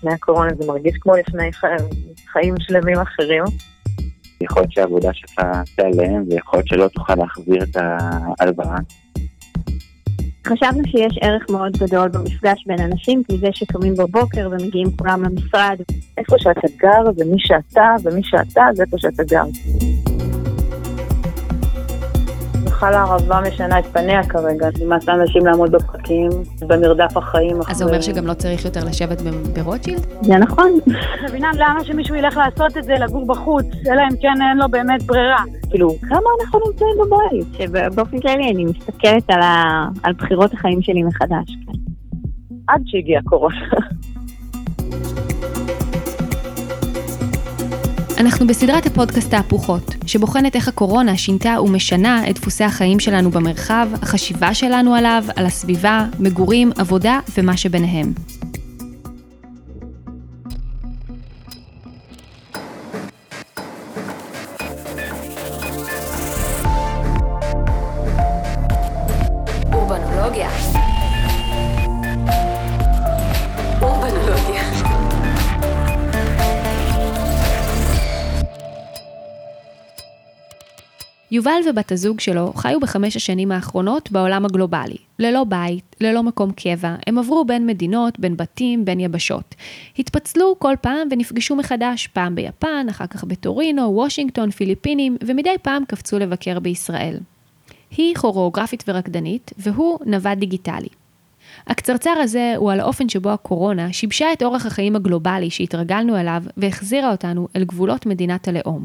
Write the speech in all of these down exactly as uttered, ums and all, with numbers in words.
לפני הקורונה, זה מרגיש כמו לפני ח... חיים שלמים אחרים. יכול להיות שהעבודה שלך תעלם, ויכול להיות שלא תוכל להחזיר את ההלוואה. חשבנו שיש ערך מאוד גדול במפגש בין אנשים, מזה שקמים בבוקר ומגיעים כולם למשרד. איפה שאתה גר, ומי שאתה, ומי שאתה, זה איפה שאתה גר. בכלל הערבה משנה את פניה כרגע, נמאס לאנשים לעמוד בפקקים, במרדף החיים. אז זה אומר שגם לא צריך יותר לשבת ברוטשילד? זה נכון. מבינה למה שמישהו ילך לעשות את זה, לגור בחוץ, אלא אם כן אין לו באמת ברירה. כאילו, כמה אנחנו נמצאים בבית? שבאופן כללי אני מסתכלת על, ה... על בחירות החיים שלי מחדש. כן. עד שהגיע קורונה. אנחנו בסדרת הפודקאסט ההפוכות, שבוחנת איך הקורונה שינתה ומשנה את דפוסי החיים שלנו במרחב, החשיבה שלנו עליו, על הסביבה, מגורים, עבודה ומה שביניהם. אורבנולוגיה. אורבנולוגיה. יובל ובת הזוג שלו חיו בחמש השנים האחרונות בעולם הגלובלי. ללא בית, ללא מקום קבע, הם עברו בין מדינות, בין בתים, בין יבשות. התפצלו כל פעם ונפגשו מחדש, פעם ביפן, אחר כך בטורינו, וושינגטון, פיליפינים, ומדי פעם קפצו לבקר בישראל. היא כוריאוגרפית ורקדנית, והוא נווד דיגיטלי. הקצרצר הזה הוא על האופן שבו הקורונה שיבשה את אורח החיים הגלובלי שהתרגלנו אליו, והחזירה אותנו אל גבולות מדינת הלאום.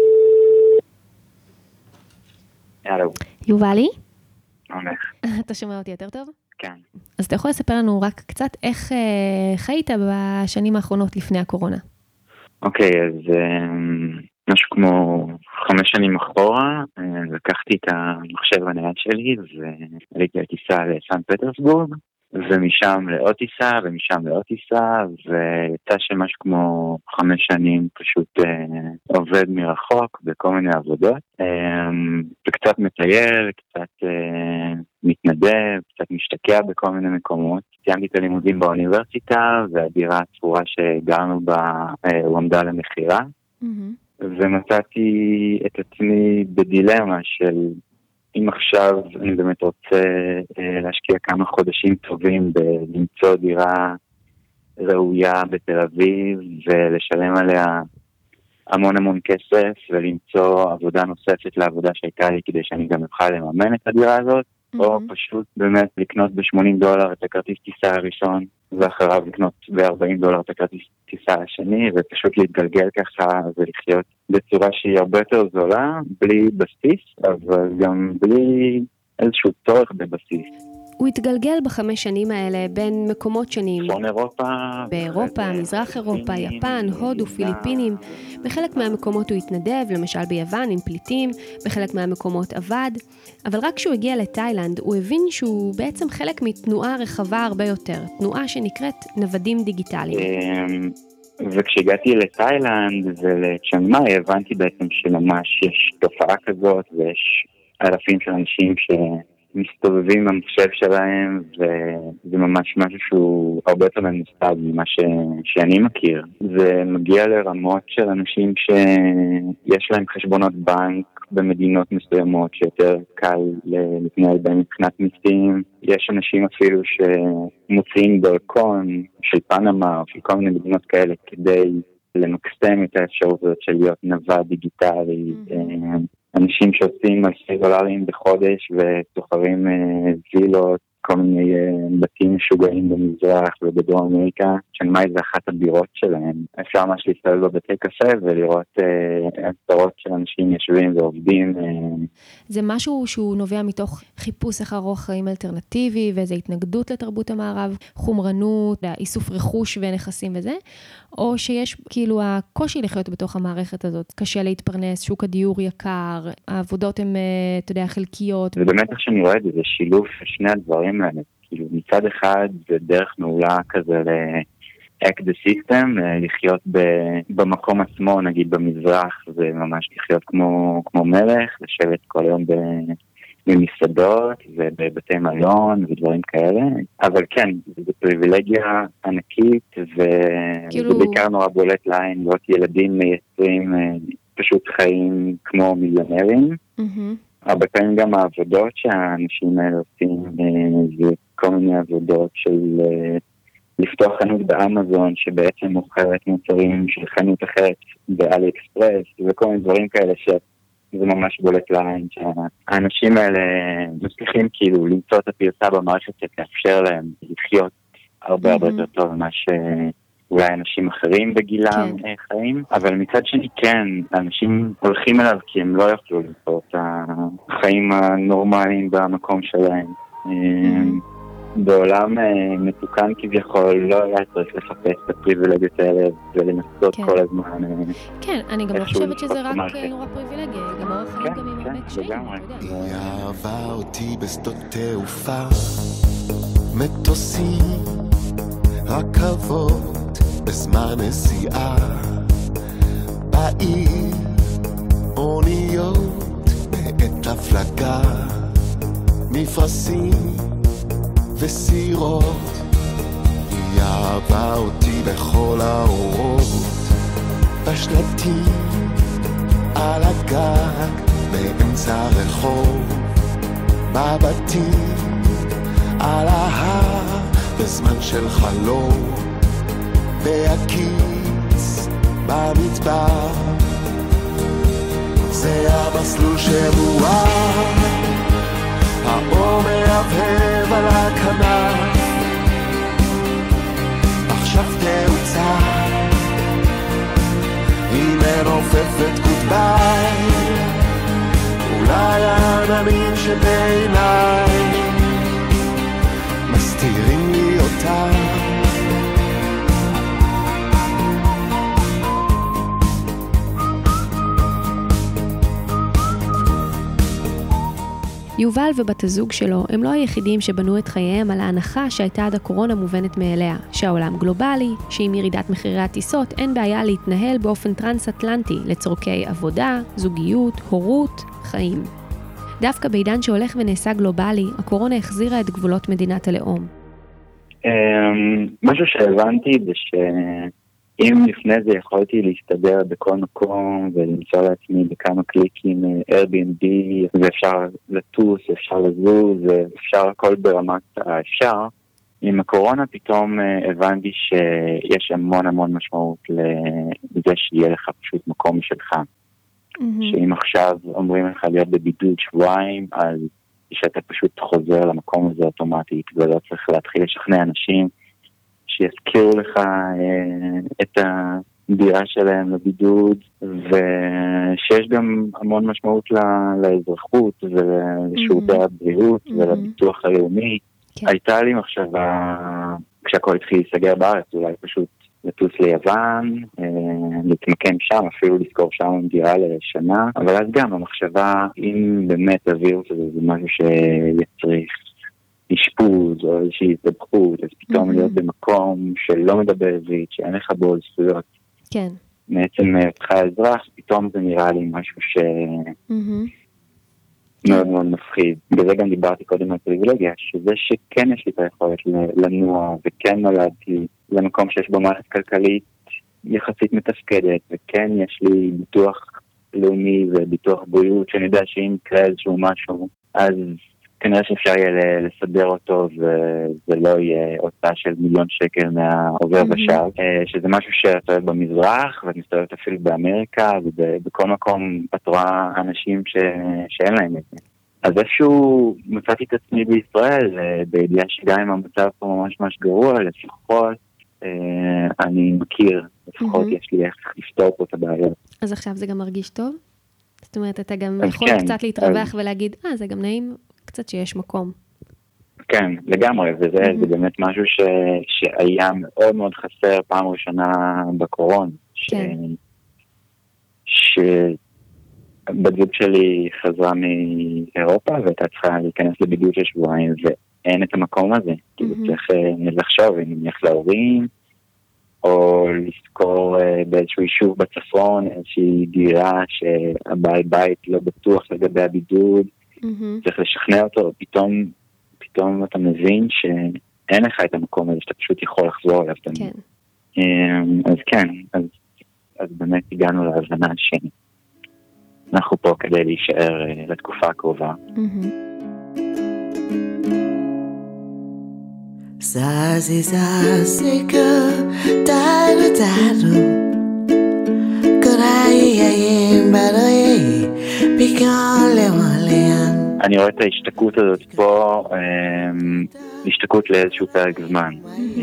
יאלו. יובלי? הולך. אתה שומע אותי יותר טוב? כן. אז אתה יכול לספר לנו רק קצת איך אה, חיית בשנים האחרונות לפני הקורונה? אוקיי, אז אה, משהו כמו חמש שנים אחורה, אה, לקחתי את המחשב הנייד שלי ועליתי על טיסה לסן פטרסבורג, ומשם לעוד טיסה, ומשם לעוד טיסה, ויצא שמשהו כמו חמש שנים פשוט אה, עובד מרחוק בכל מיני עבודות, אה, וקצת מטייל, קצת אה, מתנדב, קצת משתקע בכל מיני מקומות. סיימתי את הלימודים באוניברסיטה, והדירה הצפורה שגרנו בה אה, עמדה למחירה, mm-hmm. ומצאתי את עצמי בדילמה של אם עכשיו אני באמת רוצה אה, להשקיע כמה חודשים טובים בלמצוא דירה ראויה בתל אביב ולשלם עליה המון המון כסף ולמצוא עבודה נוספת לעבודה שהייתה לי כדי שאני גם אוכל לממן את הדירה הזאת, mm-hmm. או פשוט באמת לקנות ב-שמונים דולר את הכרטיס טיסה הראשון ואחריו לקנות ב-ארבעים דולר את הכרטיס טיסה השני ופשוט להתגלגל ככה ולחיות בצורה שהיא הרבה יותר זולה, בלי בסיס, אבל גם בלי איזשהו צורך בבסיס. הוא התגלגל בחמש שנים האלה בין מקומות שונים. צפון אירופה. באירופה, מזרח אירופה, יפן, הודו, פיליפינים. בחלק מהמקומות הוא התנדב, למשל ביוון עם פליטים, בחלק מהמקומות עבד. אבל רק כשהוא הגיע לתאילנד, הוא הבין שהוא בעצם חלק מתנועה רחבה הרבה יותר. תנועה שנקראת נוודים דיגיטליים. וכשהגעתי לתאילנד ולצ'נגמאי, הבנתי בעצם שממש יש תופעה כזאת, ויש אלפים של אנשים שמסתובבים במחשב שלהם, וזה ממש משהו שהוא הרבה יותר ממוסד ממה ש... שאני מכיר. זה מגיע לרמות של אנשים שיש להם חשבונות בנק במדינות מסוימות שיותר קל להתנהל בהם מבחינת מיסים. יש אנשים אפילו שמוציאים דרכון של פנמה או של כל מיני מדינות כאלה כדי למקסם את האפשרות הזאת של להיות נווד דיגיטלי. אנשים שעושים אלפי דולרים בחודש וסוחרים וילות, כל מיני בתים משוגעים במזרח ובדרום אמריקה. צ'נגמאי זה אחת הבירות שלהם. אפשר ממש להסתכל בבתי קפה ולראות עשרות של אנשים יושבים ועובדים. זה משהו שהוא נובע מתוך חיפוש אחר אורח חיים אלטרנטיבי, ואיזו התנגדות לתרבות המערב, חומרנות, איסוף רכוש ונכסים וזה, או שיש כאילו הקושי לחיות בתוך המערכת הזאת, קשה להתפרנס, שוק הדיור יקר, העבודות הן, אתה יודע, חלקיות. ובאמת איך שאני רואה את זה, זה שילוב של שני הדברים האלה. כאילו מצד אחד זה דרך מעולה כזה ל-hack the system, לחיות במקום עצמו, נגיד במזרח, זה ממש לחיות כמו, כמו מלך, לשבת כל היום במסעדות ובבתי מלון ודברים כאלה, אבל כן, זו פריבילגיה ענקית, וזה בעיקר נורא בולט לעין, לראות ילדים מייצרים פשוט חיים כמו מיליונרים. הרבה פעמים גם העבודות שהאנשים האלה עושים, זה כל מיני עבודות של לפתוח חנות באמזון, שבעצם מוכרת מוצרים של חנות אחרת באלי אקספרס, וכל מיני דברים כאלה ש... זה ממש בולט לעין, שהאנשים האלה מצליחים כאילו למצוא את הפרצה במערכת שתאפשר להם לחיות הרבה הרבה יותר טוב ממה שאולי אנשים אחרים בגילם חיים, אבל מצד שני כן, אנשים הולכים אליו כי הם לא יכלו למצוא את החיים הנורמליים במקום שלהם. בעולם מתוקן כביכול לא היה צריך לחפש את הפריבילגיות האלה ולנסות כל הזמן. כן, אני גם לא חושבת שזה רק נורא פריבילגיה, גם אורח חיים גם עם הרבה קשיים. היא אהבה אותי בשדות תעופה, מטוסים, רכבות, בזמן נסיעה, בעיר, אוניות, בעת הפלגה, מפרשים וסירות. היא אהבה אותי בכל האורות, בשלטים, על הגג, באמצע רחוב, בבתים, על ההר, בזמן של חלום, בהקיץ, במדבר. זה המסלול שמואר, האור מהבהב על הכנף, עכשיו תאוצה, היא מרופפת גודביי, אולי העננים שבעיניי מסתירים לי אותה. יובל ובת הזוג שלו הם לא היחידים שבנו את חייהם על ההנחה שהייתה עד הקורונה מובנת מאליה, שהעולם גלובלי, שעם ירידת מחירי הטיסות אין בעיה להתנהל באופן טרנס-אטלנטי לצורכי עבודה, זוגיות, הורות, חיים. דווקא בעידן שהולך ונעשה גלובלי, הקורונה החזירה את גבולות מדינת הלאום. משהו שהבנתי זה ש... אם לפני זה יכולתי להסתדר בכל מקום ולמצוא לעצמי בכמה קליקים Airbnb, ואפשר לטוס, אפשר לזוז, ואפשר הכל ברמת האפשר, עם הקורונה פתאום הבנתי שיש המון המון משמעות לזה שיהיה לך פשוט מקום משלך. Mm-hmm. שאם עכשיו אומרים לך להיות בבידוד שבועיים, אז שאתה פשוט חוזר למקום הזה אוטומטית, ולא צריך להתחיל לשכנע אנשים, שיזכירו לך אה, את הדירה שלהם לבידוד, ושיש גם המון משמעות לאזרחות ולשירותי mm-hmm. הבריאות mm-hmm. ולביטוח הלאומי. כן. הייתה לי מחשבה, כשהכל התחיל להיסגר בארץ, אולי פשוט לטוס ליוון, אה, להתמקם שם, אפילו לזכור שם דירה לשנה, אבל אז גם המחשבה, אם באמת הווירוס הזה זה משהו שיצריך אשפוז או איזושהי התדבכות, אז פתאום mm-hmm. להיות במקום שלא מדבר עברית, שאין לך בו זכויות. כן. בעצם אותך האזרח, פתאום זה נראה לי משהו ש... Mm-hmm. מאוד מאוד מפחיד. בזה גם דיברתי קודם על פריבילגיה, שזה שכן יש לי את היכולת לנוע, וכן נולדתי למקום שיש בו מערכת כלכלית יחסית מתפקדת, וכן יש לי ביטוח לאומי וביטוח בריאות, שאני יודע שאם יקרה איזשהו משהו, אז כנראה שאפשר יהיה לסדר אותו, וזה לא יהיה הוצאה של מיליון שקל מהעובר ושאר, שזה משהו שאתה אוהב במזרח, ואת מסתובבת אפילו באמריקה, ובכל מקום את רואה אנשים ש... שאין להם את זה. אז איפשהו מצאתי את עצמי בישראל, בידיעה שגם אם המצב פה ממש ממש גרוע, לפחות אני מכיר, לפחות יש לי איך לפתור פה את הבעיות. אז עכשיו זה גם מרגיש טוב? זאת אומרת, אתה גם יכול קצת להתרווח ולהגיד, אה, זה גם נעים קצת שיש מקום. כן, לגמרי, וזה זה באמת משהו ש, שהיה מאוד מאוד חסר פעם ראשונה בקורונה. כן. ש... בדיוק שלי חזרה מאירופה, והייתה צריכה להיכנס לבידוד של שבועיים, ואין את המקום הזה. כאילו צריך לחשוב אם נלך להורים, או לזכור באיזשהו יישוב בצפון, איזושהי דירה שהבעל בית לא בטוח לגבי הבידוד, צריך לשכנע אותו, פתאום, פתאום אתה מבין שאין לך את המקום הזה, שאתה פשוט יכול לחזור אליו תמיד. כן. אז כן, אז, אז באמת הגענו להבנה שאנחנו פה כדי להישאר לתקופה הקרובה. Zazi zazi ka taru taru Kurai yayim baroye Pikale walean אני רואה את ההשתקעות הזאת פה, השתקעות לאיזשהו פרק זמן.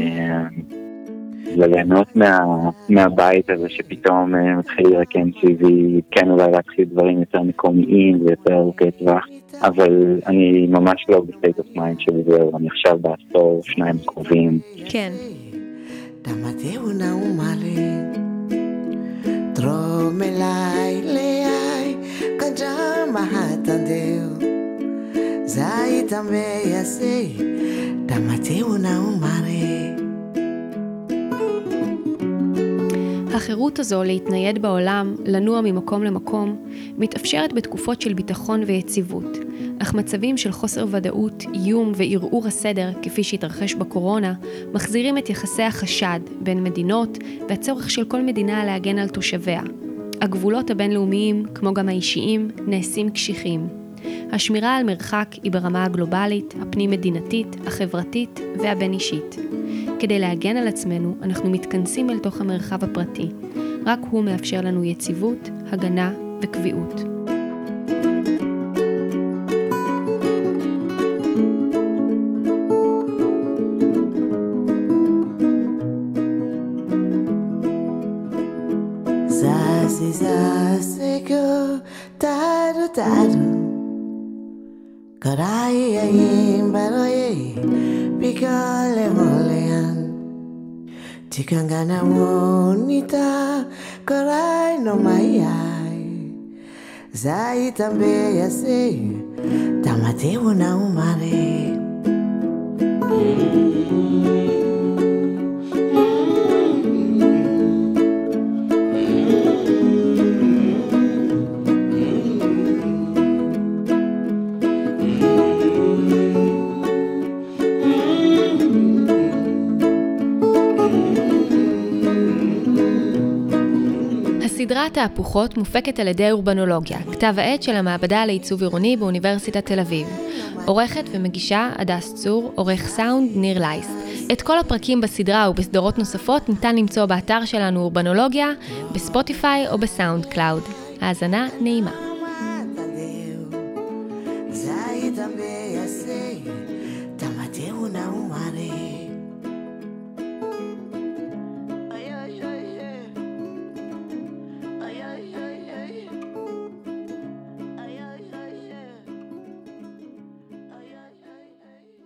ליהנות מה, מהבית הזה שפתאום מתחיל לרקם סביבי, כן אולי להתחיל דברים יותר מקומיים ויותר ארוכי טווח, אבל אני ממש לא בסטייט אוף מיינד שלי זהו, אני עכשיו בעשור, שניים קרובים. כן. Damateu na umale Tromelai leai Kanjama hatandeu Zai também sei Damateu na umale החירות הזו להתנייד בעולם, לנוע ממקום למקום, מתאפשרת בתקופות של ביטחון ויציבות, אך מצבים של חוסר ודאות, איום וערעור הסדר, כפי שהתרחש בקורונה, מחזירים את יחסי החשד בין מדינות והצורך של כל מדינה להגן על תושביה. הגבולות הבינלאומיים, כמו גם האישיים, נעשים קשיחים. השמירה על מרחק היא ברמה הגלובלית, הפנים-מדינתית, החברתית והבין-אישית. כדי להגן על עצמנו, אנחנו מתכנסים אל תוך המרחב הפרטי. רק הוא מאפשר לנו יציבות, הגנה וקביעות. Zazi zazi go taru taru Karai yayim baroye Pikale walean Tikangana wonita Karai no mayai Zai também ya sei Tamateu na umare סדרת תהפוכות מופקת על ידי אורבנולוגיה, כתב העת של המעבדה לעיצוב עירוני באוניברסיטת תל אביב. עורכת ומגישה הדס צור, עורך סאונד ניר לייסט. את כל הפרקים בסדרה ובסדרות נוספות ניתן למצוא באתר שלנו אורבנולוגיה, בספוטיפיי או בסאונד קלאוד. האזנה נעימה.